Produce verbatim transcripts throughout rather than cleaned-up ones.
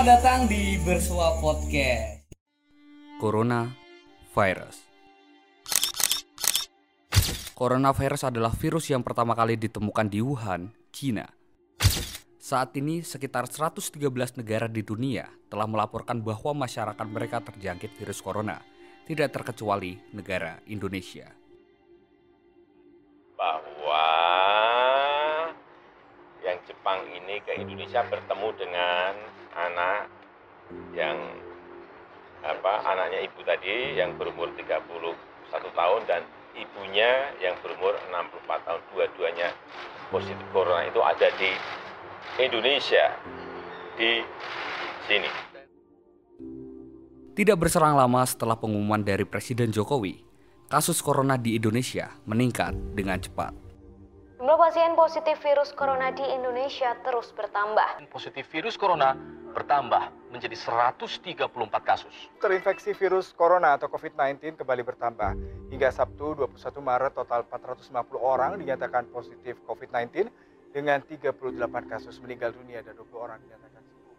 Selamat datang di Bersua Podcast. Corona virus. Coronavirus adalah virus yang pertama kali ditemukan di Wuhan, China. Saat ini sekitar seratus tiga belas negara di dunia telah melaporkan bahwa masyarakat mereka terjangkit virus corona, tidak terkecuali negara Indonesia. Bahwa yang Jepang ini ke Indonesia bertemu dengan anak yang apa anaknya ibu tadi yang berumur tiga puluh satu tahun dan ibunya yang berumur enam puluh empat tahun, dua-duanya positif corona itu ada di Indonesia, di sini. Tidak berselang lama setelah pengumuman dari Presiden Jokowi, kasus corona di Indonesia meningkat dengan cepat. Jumlah pasien positif virus corona di Indonesia terus bertambah. Positif virus corona bertambah menjadi seratus tiga puluh empat kasus. Terinfeksi virus corona atau covid sembilan belas kembali bertambah. Hingga Sabtu dua puluh satu Maret total empat ratus lima puluh orang dinyatakan positif covid sembilan belas dengan tiga puluh delapan kasus meninggal dunia dan dua puluh orang dinyatakan sembuh.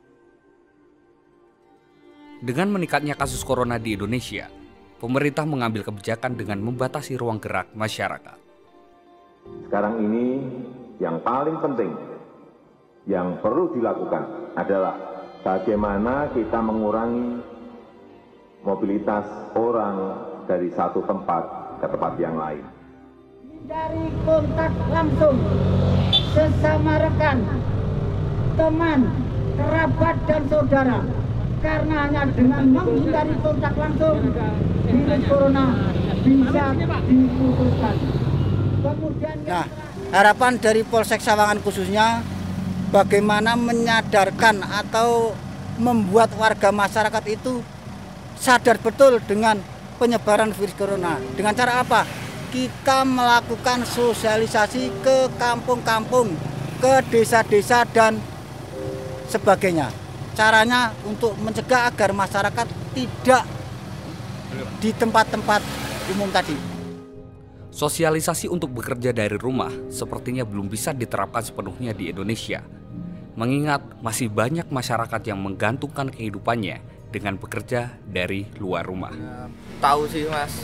Dengan meningkatnya kasus corona di Indonesia, pemerintah mengambil kebijakan dengan membatasi ruang gerak masyarakat. Sekarang ini yang paling penting yang perlu dilakukan adalah bagaimana kita mengurangi mobilitas orang dari satu tempat ke tempat yang lain. Dari kontak langsung sesama rekan, teman, kerabat dan saudara. Karena hanya dengan menghindari kontak langsung, virus corona bisa diputuskan. Nah, harapan dari Polsek Sawangan khususnya bagaimana menyadarkan atau membuat warga masyarakat itu sadar betul dengan penyebaran virus corona. Dengan cara apa? Kita melakukan sosialisasi ke kampung-kampung, ke desa-desa dan sebagainya. Caranya untuk mencegah agar masyarakat tidak di tempat-tempat umum tadi. Sosialisasi untuk bekerja dari rumah sepertinya belum bisa diterapkan sepenuhnya di Indonesia, mengingat masih banyak masyarakat yang menggantungkan kehidupannya dengan bekerja dari luar rumah. Tahu sih mas,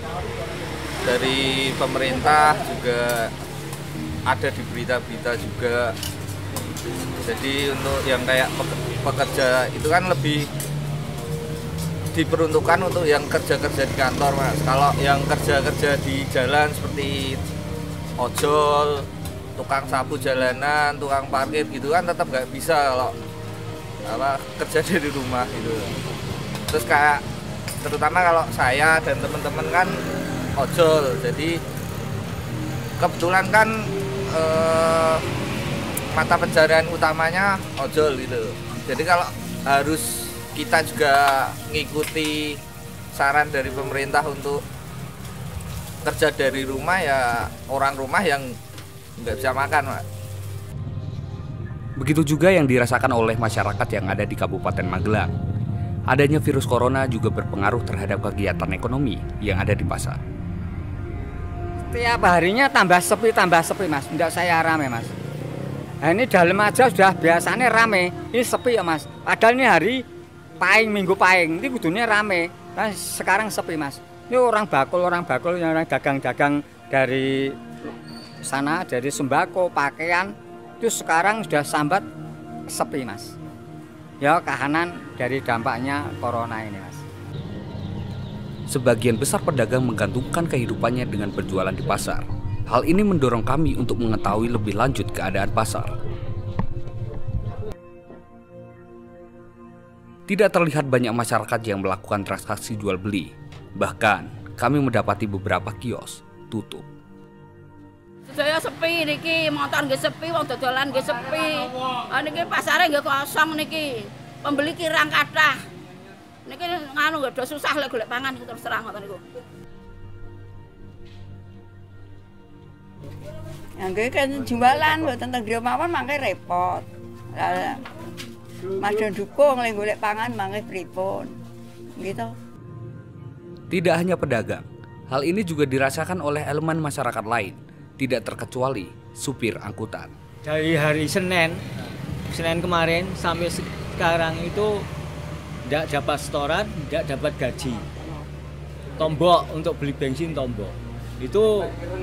dari pemerintah juga ada di berita-berita juga. Jadi untuk yang kayak pekerja itu kan lebih diperuntukkan untuk yang kerja-kerja di kantor mas. Kalau yang kerja-kerja di jalan seperti ojol, tukang sapu jalanan, tukang parkir gitu kan tetap nggak bisa kalau apa kerja dari rumah gitu. Terus kayak terutama kalau saya dan teman-teman kan ojol, jadi kebetulan kan eh, mata pencarian utamanya ojol gitu. Jadi kalau harus kita juga ngikuti saran dari pemerintah untuk kerja dari rumah, ya orang rumah yang nggak bisa makan, Pak. Begitu juga yang dirasakan oleh masyarakat yang ada di Kabupaten Magelang. Adanya virus corona juga berpengaruh terhadap kegiatan ekonomi yang ada di pasar. Setiap harinya tambah sepi, tambah sepi mas, tidak saya rame mas. Nah, ini dalam aja sudah biasanya rame, ini sepi ya mas. Padahal ini hari paing, minggu paing, ini kudunya rame. Nah, sekarang sepi mas. Ini orang bakul, orang bakul, yang orang dagang-dagang dari sana, dari sembako, pakaian, itu sekarang sudah sambat sepi mas. Ya kahanan dari dampaknya corona ini mas. Sebagian besar pedagang menggantungkan kehidupannya dengan berjualan di pasar. Hal ini mendorong kami untuk mengetahui lebih lanjut keadaan pasar. Tidak terlihat banyak masyarakat yang melakukan transaksi jual beli. Bahkan kami mendapati beberapa kios tutup. Sedaya sepi niki, motor nggih sepi, wong dodolan nggih sepi. Ah niki pasare nggih kosong niki. Pembeli kirang kathah. Niki nganu nggih do susah lek golek pangan niku terus terang ngoten niku. Nggih kan jualan mboten teng griya mawon mangke repot. Lah Mas dukung lek golek pangan mangke pripun. Gitu. Tidak hanya pedagang, hal ini juga dirasakan oleh elemen masyarakat lain, tidak terkecuali supir angkutan. Dari hari Senin, Senin kemarin sampai sekarang itu tidak dapat setoran, tidak dapat gaji. Tombok untuk beli bensin tombok. Itu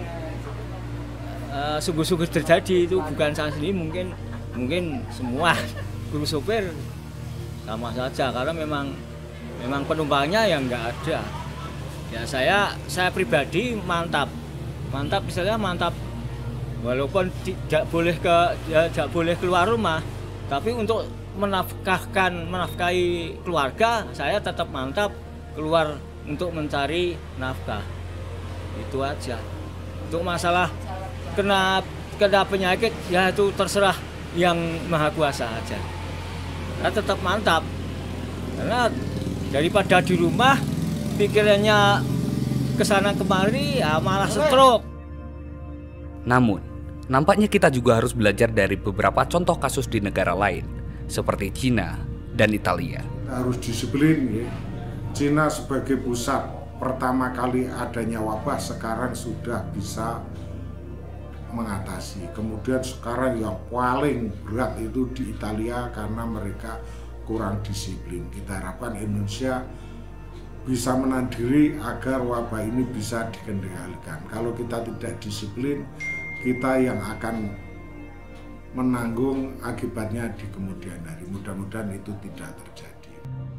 uh, sungguh-sungguh terjadi, itu bukan saya sendiri, mungkin mungkin semua guru sopir sama saja karena memang memang penumpangnya yang nggak ada. Ya saya saya pribadi mantap, mantap misalnya mantap walaupun tidak boleh ke ya, tidak boleh keluar rumah, tapi untuk menafkahkan menafkahi keluarga saya tetap mantap keluar untuk mencari nafkah. Itu aja. Untuk masalah kena kena penyakit ya itu terserah yang maha kuasa aja. Saya tetap mantap karena daripada di rumah pikirannya kesana kemari ya malah stroke. Namun, nampaknya kita juga harus belajar dari beberapa contoh kasus di negara lain, seperti Cina dan Italia. Harus disiplin ya. Cina sebagai pusat pertama kali adanya wabah sekarang sudah bisa mengatasi. Kemudian sekarang yang paling berat itu di Italia karena mereka kurang disiplin. Kita harapkan Indonesia bisa menahan diri agar wabah ini bisa dikendalikan. Kalau kita tidak disiplin, kita yang akan menanggung akibatnya di kemudian hari. Mudah-mudahan itu tidak terjadi.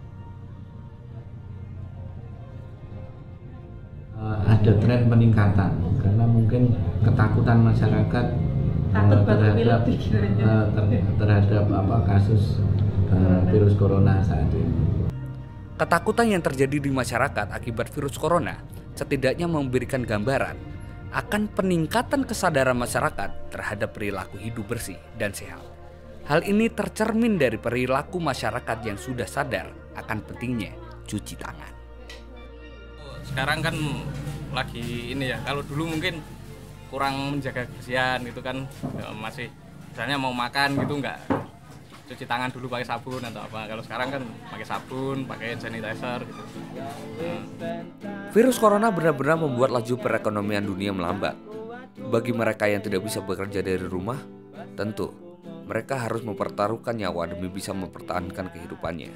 Ada tren peningkatan karena mungkin ketakutan masyarakat uh, terhadap uh, ter, terhadap apa kasus uh, virus corona saat ini. Ketakutan yang terjadi di masyarakat akibat virus corona setidaknya memberikan gambaran akan peningkatan kesadaran masyarakat terhadap perilaku hidup bersih dan sehat. Hal ini tercermin dari perilaku masyarakat yang sudah sadar akan pentingnya cuci tangan. Sekarang kan lagi ini ya, kalau dulu mungkin kurang menjaga kebersihan gitu kan, ya masih misalnya mau makan gitu nggak cuci tangan dulu pakai sabun atau apa. Kalau sekarang kan pakai sabun, pakai sanitizer gitu. Hmm. Virus corona benar-benar membuat laju perekonomian dunia melambat. Bagi mereka yang tidak bisa bekerja dari rumah, tentu mereka harus mempertaruhkan nyawa demi bisa mempertahankan kehidupannya.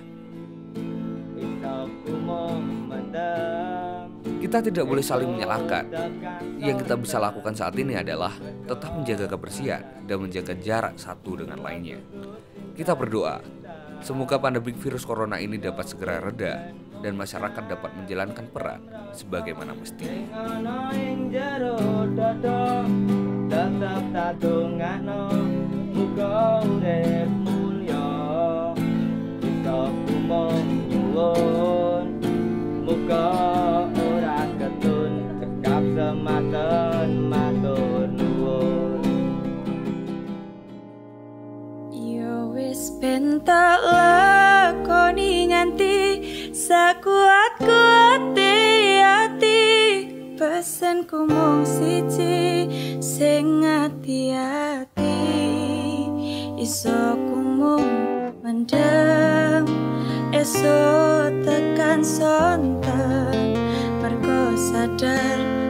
Kita tidak boleh saling menyalahkan. Yang kita bisa lakukan saat ini adalah tetap menjaga kebersihan dan menjaga jarak satu dengan lainnya. Kita berdoa, semoga pandemi virus corona ini dapat segera reda dan masyarakat dapat menjalankan peran sebagaimana mestinya. Tak lakoni nganti sakuat-kuate ati, pesenku mung siji sing ati-ati, iso kumung mendem esok tekan sontak mergo sadar